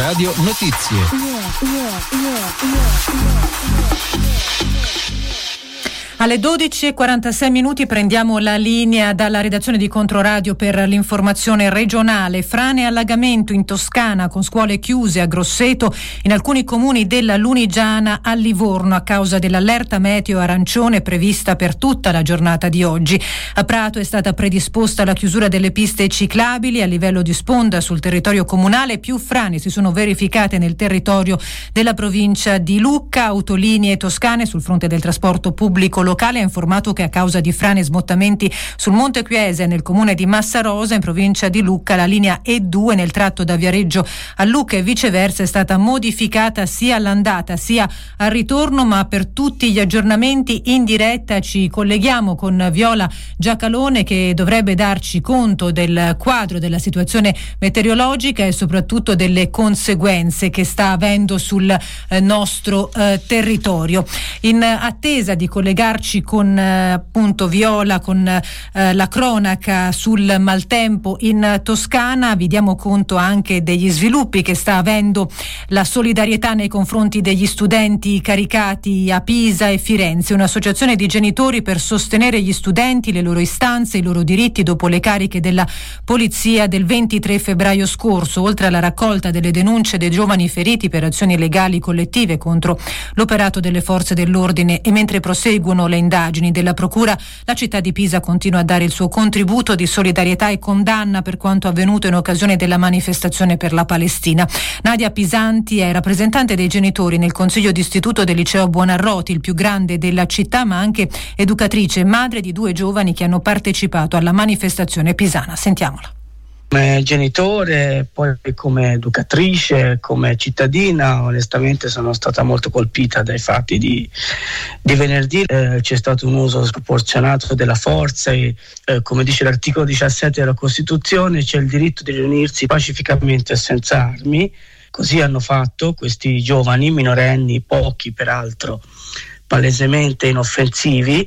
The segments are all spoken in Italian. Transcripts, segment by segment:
Radio Notizie. Alle 12:46 prendiamo la linea dalla redazione di Controradio per l'informazione regionale. Frane e allagamento in Toscana con scuole chiuse a Grosseto, in alcuni comuni della Lunigiana, a Livorno a causa dell'allerta meteo arancione prevista per tutta la giornata di oggi. A Prato è stata predisposta la chiusura delle piste ciclabili a livello di sponda sul territorio comunale. Più frane si sono verificate nel territorio della provincia di Lucca. Autolinee Toscane sul fronte del trasporto pubblico locale ha informato che a causa di frane e smottamenti sul Monte Chiese nel comune di Massarosa in provincia di Lucca la linea E2 nel tratto da Viareggio a Lucca e viceversa è stata modificata sia all'andata sia al ritorno, ma per tutti gli aggiornamenti in diretta ci colleghiamo con Viola Giacalone che dovrebbe darci conto del quadro della situazione meteorologica e soprattutto delle conseguenze che sta avendo sul nostro territorio. In attesa di collegarci con appunto Viola con la cronaca sul maltempo in Toscana, vi diamo conto anche degli sviluppi che sta avendo la solidarietà nei confronti degli studenti caricati a Pisa e Firenze, un'associazione di genitori per sostenere gli studenti, le loro istanze, i loro diritti dopo le cariche della polizia del 23 febbraio scorso. Oltre alla raccolta delle denunce dei giovani feriti per azioni legali collettive contro l'operato delle forze dell'ordine e mentre proseguono le indagini della procura, la città di Pisa continua a dare il suo contributo di solidarietà e condanna per quanto avvenuto in occasione della manifestazione per la Palestina. Nadia Pisanti è rappresentante dei genitori nel consiglio d'istituto del liceo Buonarroti, il più grande della città, ma anche educatrice e madre di 2 giovani che hanno partecipato alla manifestazione pisana. Sentiamola. Come genitore, poi come educatrice, come cittadina, onestamente sono stata molto colpita dai fatti di venerdì. C'è stato un uso sproporzionato della forza e come dice l'articolo 17 della Costituzione c'è il diritto di riunirsi pacificamente e senza armi. Così hanno fatto questi giovani minorenni, pochi peraltro, palesemente inoffensivi,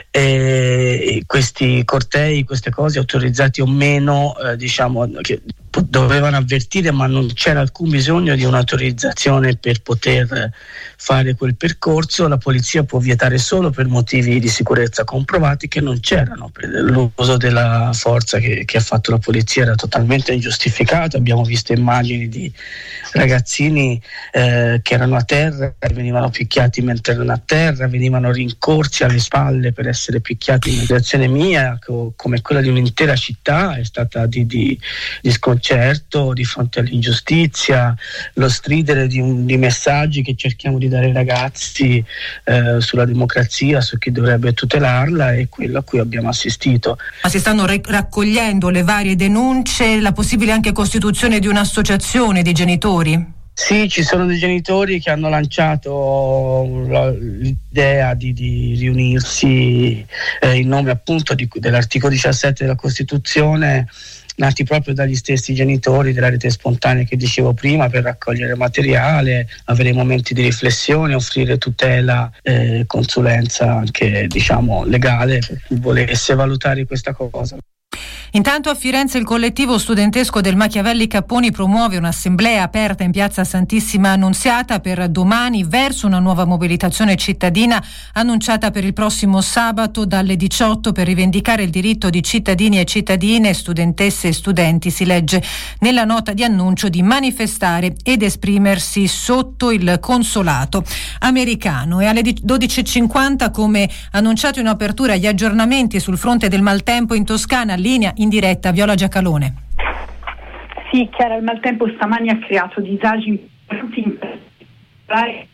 questi cortei, queste cose autorizzati o meno, che dovevano avvertire, ma non c'era alcun bisogno di un'autorizzazione per poter fare quel percorso. La polizia può vietare solo per motivi di sicurezza comprovati che non c'erano. L'uso della forza che ha fatto la polizia era totalmente ingiustificato. Abbiamo visto immagini di ragazzini che erano a terra, venivano picchiati mentre erano a terra, venivano rincorsi alle spalle per essere picchiati in direzione mia, come quella di un'intera città. È stata di sconcerto di fronte all'ingiustizia, lo stridere di messaggi che cerchiamo di dare ai ragazzi sulla democrazia, su chi dovrebbe tutelarla, è quello a cui abbiamo assistito. Ma si stanno raccogliendo le varie denunce, la possibile anche costituzione di un'associazione di genitori? Sì, ci sono dei genitori che hanno lanciato l'idea di riunirsi in nome appunto dell'articolo 17 della Costituzione, nati proprio dagli stessi genitori della rete spontanea che dicevo prima, per raccogliere materiale, avere momenti di riflessione, offrire tutela, consulenza anche legale per chi volesse valutare questa cosa. Intanto a Firenze il collettivo studentesco del Machiavelli Capponi promuove un'assemblea aperta in piazza Santissima Annunziata per domani verso una nuova mobilitazione cittadina annunciata per il prossimo sabato dalle 18 per rivendicare il diritto di cittadini e cittadine, studentesse e studenti, si legge nella nota di annuncio, di manifestare ed esprimersi sotto il consolato americano. E alle 12:50, come annunciato in apertura, gli aggiornamenti sul fronte del maltempo in Toscana. Linea in diretta Viola Giacalone. Sì, Chiara, il maltempo stamani ha creato disagi importanti in particolare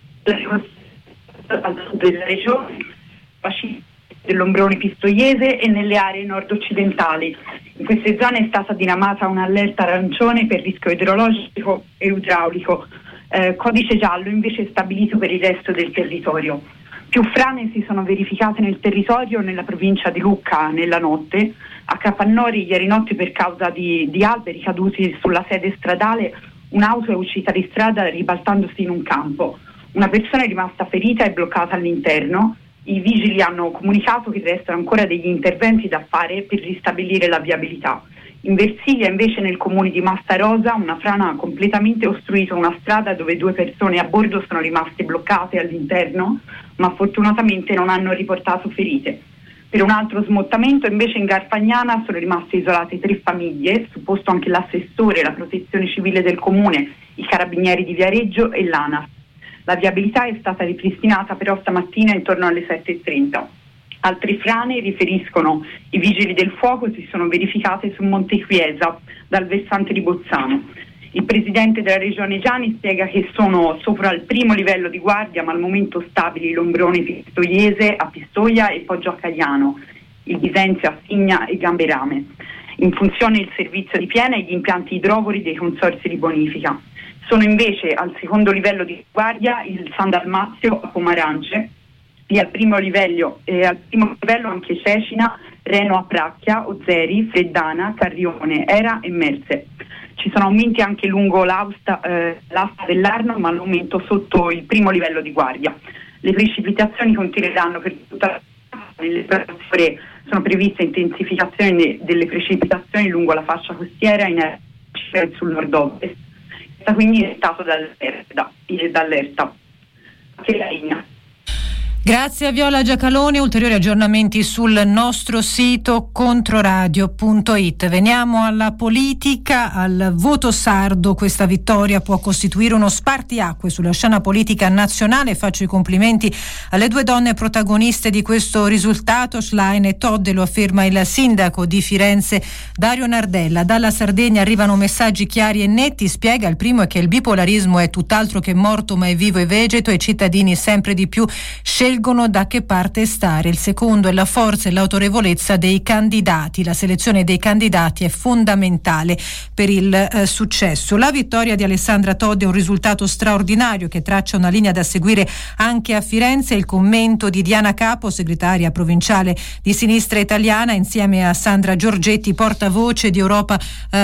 al sud della regione, dell'ombrone pistoiese e nelle aree nord-occidentali. In queste zone è stata dinamata un'allerta arancione per rischio idrologico e idraulico, codice giallo invece stabilito per il resto del territorio. Più frane si sono verificate nel territorio nella provincia di Lucca nella notte. A Capannori ieri notte, per causa di alberi caduti sulla sede stradale, un'auto è uscita di strada ribaltandosi in un campo. Una persona è rimasta ferita e bloccata all'interno. I vigili hanno comunicato che restano ancora degli interventi da fare per ristabilire la viabilità. In Versilia, invece, nel comune di Massarosa, una frana ha completamente ostruito una strada dove 2 persone a bordo sono rimaste bloccate all'interno, ma fortunatamente non hanno riportato ferite. Per un altro smottamento, invece, in Garfagnana sono rimaste isolate 3 famiglie, su posto anche l'assessore, la protezione civile del comune, i carabinieri di Viareggio e l'ANAS. La viabilità è stata ripristinata però stamattina intorno alle 7:30. Altre frane, riferiscono i vigili del fuoco, si sono verificate su Monte Chiesa, dal versante di Bozzano. Il presidente della regione Giani spiega che sono sopra il primo livello di guardia, ma al momento stabili Lombrone Pistoiese a Pistoia e Poggio a Caiano, il Bisenzio a Signa e Gamberame. In funzione il servizio di piena e gli impianti idrovori dei consorzi di bonifica. Sono invece al secondo livello di guardia il San Dalmazio a Pomarance e al primo livello anche Cecina, Reno a Pracchia, Ozzeri, Freddana, Carrione, Era e Merse. Ci sono aumenti anche lungo l'asta dell'Arno, ma l'aumento sotto il primo livello di guardia. Le precipitazioni continueranno per tutta la nelle prossime ore. Sono previste intensificazioni delle precipitazioni lungo la fascia costiera in sul nord-ovest. Sta quindi in stato d'allerta. Che la linea. Grazie a Viola Giacalone. Ulteriori aggiornamenti sul nostro sito controradio.it. Veniamo alla politica, al voto sardo. Questa vittoria può costituire uno spartiacque sulla scena politica nazionale. Faccio i complimenti alle 2 donne protagoniste di questo risultato, Schlein e Todde, lo afferma il sindaco di Firenze Dario Nardella. Dalla Sardegna arrivano messaggi chiari e netti, spiega. Il primo è che il bipolarismo è tutt'altro che morto, ma è vivo e vegeto, e i cittadini sempre di più scelgono da che parte stare. Il secondo è la forza e l'autorevolezza dei candidati. La selezione dei candidati è fondamentale per il successo. La vittoria di Alessandra Todde è un risultato straordinario che traccia una linea da seguire anche a Firenze. Il commento di Diana Capo, segretaria provinciale di Sinistra Italiana, insieme a Sandra Giorgetti, portavoce di Europa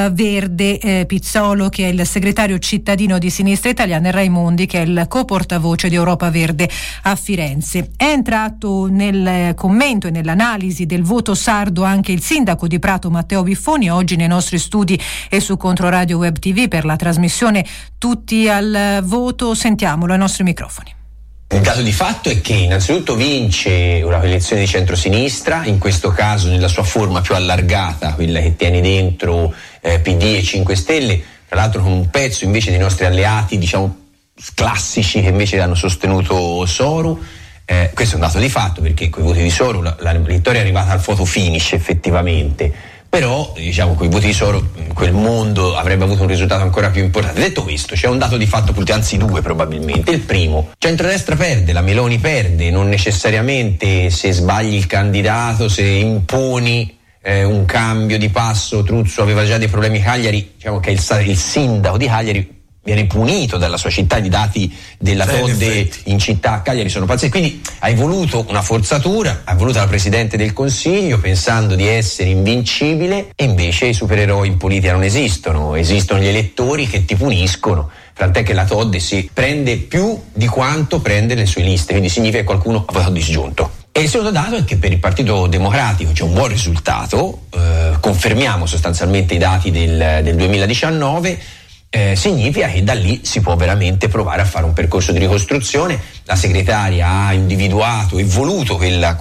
Verde, Pizzolo, che è il segretario cittadino di Sinistra Italiana, e Raimondi, che è il co-portavoce di Europa Verde a Firenze. È entrato nel commento e nell'analisi del voto sardo anche il sindaco di Prato Matteo Biffoni, oggi nei nostri studi e su Controradio Web TV per la trasmissione Tutti al voto. Sentiamolo ai nostri microfoni. Il dato di fatto è che innanzitutto vince una coalizione di centrosinistra, in questo caso nella sua forma più allargata, quella che tiene dentro PD e 5 Stelle, tra l'altro con un pezzo invece dei nostri alleati, diciamo, classici, che invece hanno sostenuto Soru. Questo è un dato di fatto, perché con i voti di Soru la vittoria è arrivata al photo finish effettivamente, però diciamo con i voti di Soru quel mondo avrebbe avuto un risultato ancora più importante. Detto questo, c'è un dato di fatto, anzi 2 probabilmente. Il primo: centrodestra perde, la Meloni perde, non necessariamente se sbagli il candidato, se imponi un cambio di passo. Truzzo aveva già dei problemi a Cagliari, diciamo che il sindaco di Cagliari viene punito dalla sua città. I dati della Todde in città a Cagliari sono pazzeschi, quindi hai voluto una forzatura, hai voluto la Presidente del Consiglio pensando di essere invincibile, e invece i supereroi in politica non esistono gli elettori che ti puniscono, tant'è che la Todde si prende più di quanto prende le sue liste, quindi significa che qualcuno ha votato disgiunto. E il secondo dato è che per il Partito Democratico c'è un buon risultato, confermiamo sostanzialmente i dati del 2019. Significa che da lì si può veramente provare a fare un percorso di ricostruzione. La segretaria ha individuato e voluto quella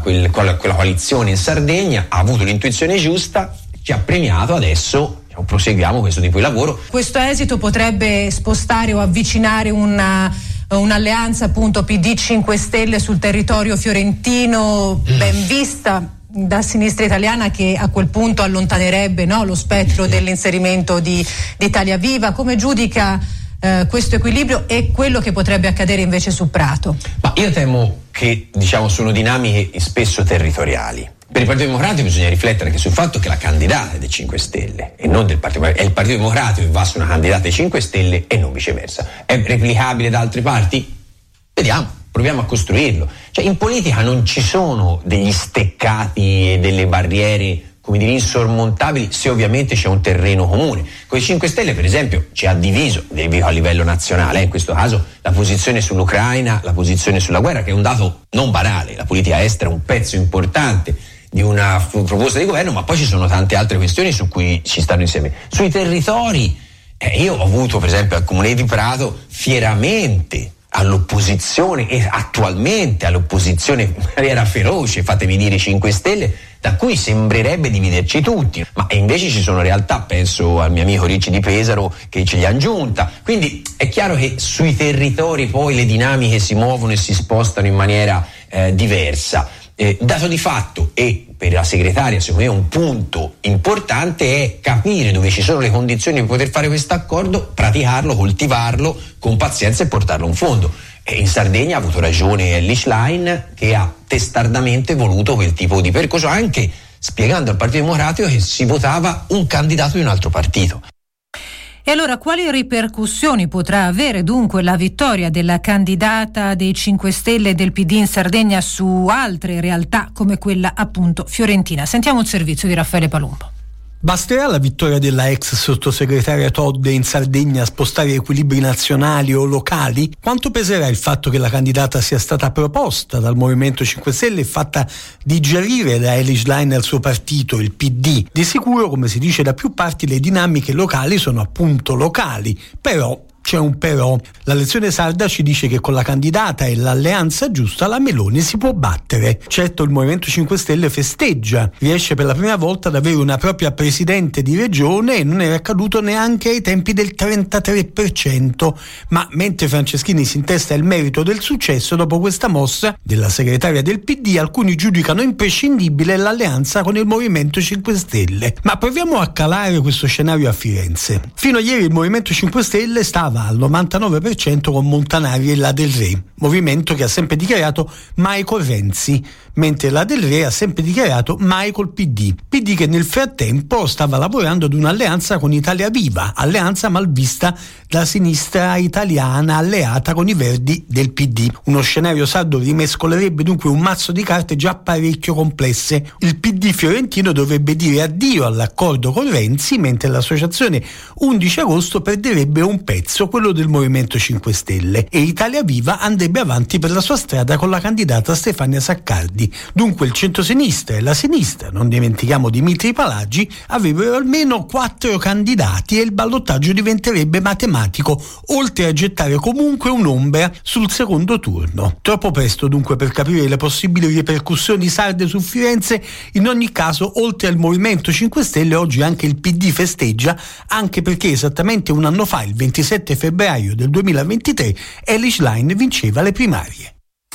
coalizione in Sardegna, ha avuto l'intuizione giusta, ci ha premiato, adesso proseguiamo questo tipo di lavoro. Questo esito potrebbe spostare o avvicinare un'alleanza appunto PD 5 Stelle sul territorio fiorentino, ben vista da Sinistra Italiana, che a quel punto allontanerebbe, no, lo spettro dell'inserimento di Italia Viva. Come giudica questo equilibrio e quello che potrebbe accadere invece su Prato? Ma io temo che sono dinamiche spesso territoriali. Per il Partito Democratico bisogna riflettere anche sul fatto che la candidata è dei 5 Stelle e non del Partito Democratico. È il Partito Democratico che va su una candidata dei 5 Stelle e non viceversa. È replicabile da altre parti? Vediamo. Proviamo a costruirlo. In politica non ci sono degli steccati e delle barriere, come dire, insormontabili, se ovviamente c'è un terreno comune. Con i 5 Stelle, per esempio, ci ha diviso a livello nazionale, in questo caso la posizione sull'Ucraina, la posizione sulla guerra, che è un dato non banale. La politica estera è un pezzo importante di una proposta di governo, ma poi ci sono tante altre questioni su cui ci stanno insieme. Sui territori, io ho avuto per esempio al Comune di Prato fieramente all'opposizione e attualmente all'opposizione in maniera feroce, fatemi dire 5 Stelle, da cui sembrerebbe dividerci tutti, ma invece ci sono realtà, penso al mio amico Ricci di Pesaro che ce li ha giunta, quindi è chiaro che sui territori poi le dinamiche si muovono e si spostano in maniera diversa. Dato di fatto, e per la segretaria secondo me un punto importante è capire dove ci sono le condizioni per poter fare questo accordo, praticarlo, coltivarlo con pazienza e portarlo in fondo. In Sardegna ha avuto ragione Elly Schlein, che ha testardamente voluto quel tipo di percorso, anche spiegando al Partito Democratico che si votava un candidato di un altro partito. E allora quali ripercussioni potrà avere dunque la vittoria della candidata dei 5 Stelle e del PD in Sardegna su altre realtà come quella appunto fiorentina? Sentiamo il servizio di Raffaele Palumbo. Basterà la vittoria della ex sottosegretaria Todde in Sardegna a spostare equilibri nazionali o locali? Quanto peserà il fatto che la candidata sia stata proposta dal Movimento 5 Stelle e fatta digerire da Elly Schlein al suo partito, il PD? Di sicuro, come si dice da più parti, le dinamiche locali sono appunto locali, però c'è un però. La lezione sarda ci dice che con la candidata e l'alleanza giusta la Meloni si può battere. Certo, il Movimento 5 Stelle festeggia, riesce per la prima volta ad avere una propria presidente di regione e non era accaduto neanche ai tempi del 33%. Ma mentre Franceschini si intesta il merito del successo, dopo questa mossa della segretaria del PD, alcuni giudicano imprescindibile l'alleanza con il Movimento 5 Stelle. Ma proviamo a calare questo scenario a Firenze. Fino a ieri il Movimento 5 Stelle stava al 99% con Montanari e la Del Re, movimento che ha sempre dichiarato mai con Renzi, mentre la Del Re ha sempre dichiarato mai col PD che nel frattempo stava lavorando ad un'alleanza con Italia Viva, alleanza malvista da sinistra italiana alleata con i Verdi del PD. Uno scenario sardo rimescolerebbe dunque un mazzo di carte già parecchio complesse. Il PD fiorentino dovrebbe dire addio all'accordo con Renzi, mentre l'associazione 11 agosto perderebbe un pezzo, quello del Movimento 5 Stelle, e Italia Viva andrebbe avanti per la sua strada con la candidata Stefania Saccardi. Dunque il centro-sinistra e la sinistra, non dimentichiamo Dimitri Palagi, avrebbero almeno 4 candidati e il ballottaggio diventerebbe matematico, oltre a gettare comunque un'ombra sul secondo turno. Troppo presto dunque per capire le possibili ripercussioni sarde su Firenze. In ogni caso, oltre al Movimento 5 Stelle, oggi anche il PD festeggia, anche perché esattamente un anno fa, il 27 febbraio del 2023, Elly Schlein vinceva le primarie.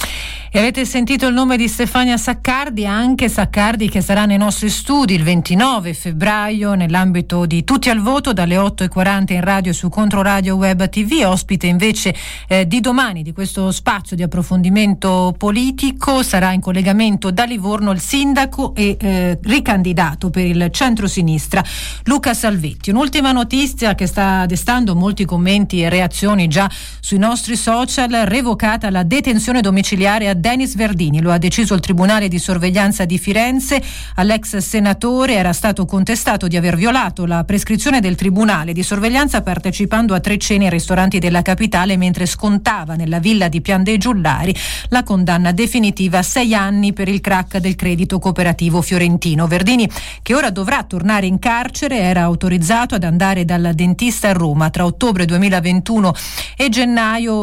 E avete sentito il nome di Stefania Saccardi, anche Saccardi che sarà nei nostri studi il 29 febbraio nell'ambito di Tutti al Voto dalle 8:40 in radio su Controradio Web TV, ospite invece di domani di questo spazio di approfondimento politico. Sarà in collegamento da Livorno il sindaco e ricandidato per il centro-sinistra Luca Salvetti. Un'ultima notizia che sta destando molti commenti e reazioni già sui nostri social: revocata la detenzione domiciliare a Denis Verdini. Lo ha deciso il Tribunale di Sorveglianza di Firenze. All'ex senatore era stato contestato di aver violato la prescrizione del Tribunale di Sorveglianza partecipando a 3 cene ai ristoranti della capitale mentre scontava nella villa di Pian dei Giullari la condanna definitiva a 6 anni per il crack del credito cooperativo fiorentino. Verdini, che ora dovrà tornare in carcere, era autorizzato ad andare dal dentista a Roma tra ottobre 2021 e gennaio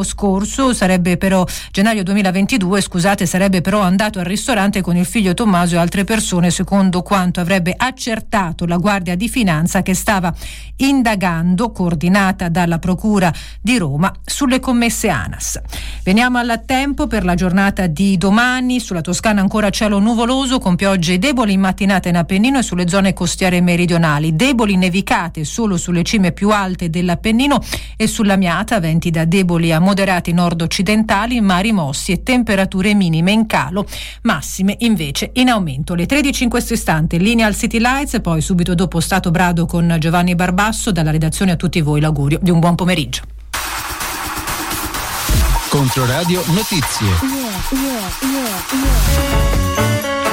2022 sarebbe però andato al ristorante con il figlio Tommaso e altre persone, secondo quanto avrebbe accertato la Guardia di Finanza, che stava indagando, coordinata dalla Procura di Roma, sulle commesse ANAS. Veniamo al tempo per la giornata di domani. Sulla Toscana ancora cielo nuvoloso con piogge deboli in mattinata in Appennino e sulle zone costiere meridionali, deboli nevicate solo sulle cime più alte dell'Appennino e sull'Amiata, venti da deboli a moderati nord-occidentali, mari mossi e temperature minime in calo, massime invece in aumento. Le 13 in questo istante, linea al City Lights, poi subito dopo Stato Brado con Giovanni Barbasso. Dalla redazione a tutti voi l'augurio di un buon pomeriggio. Controradio Notizie.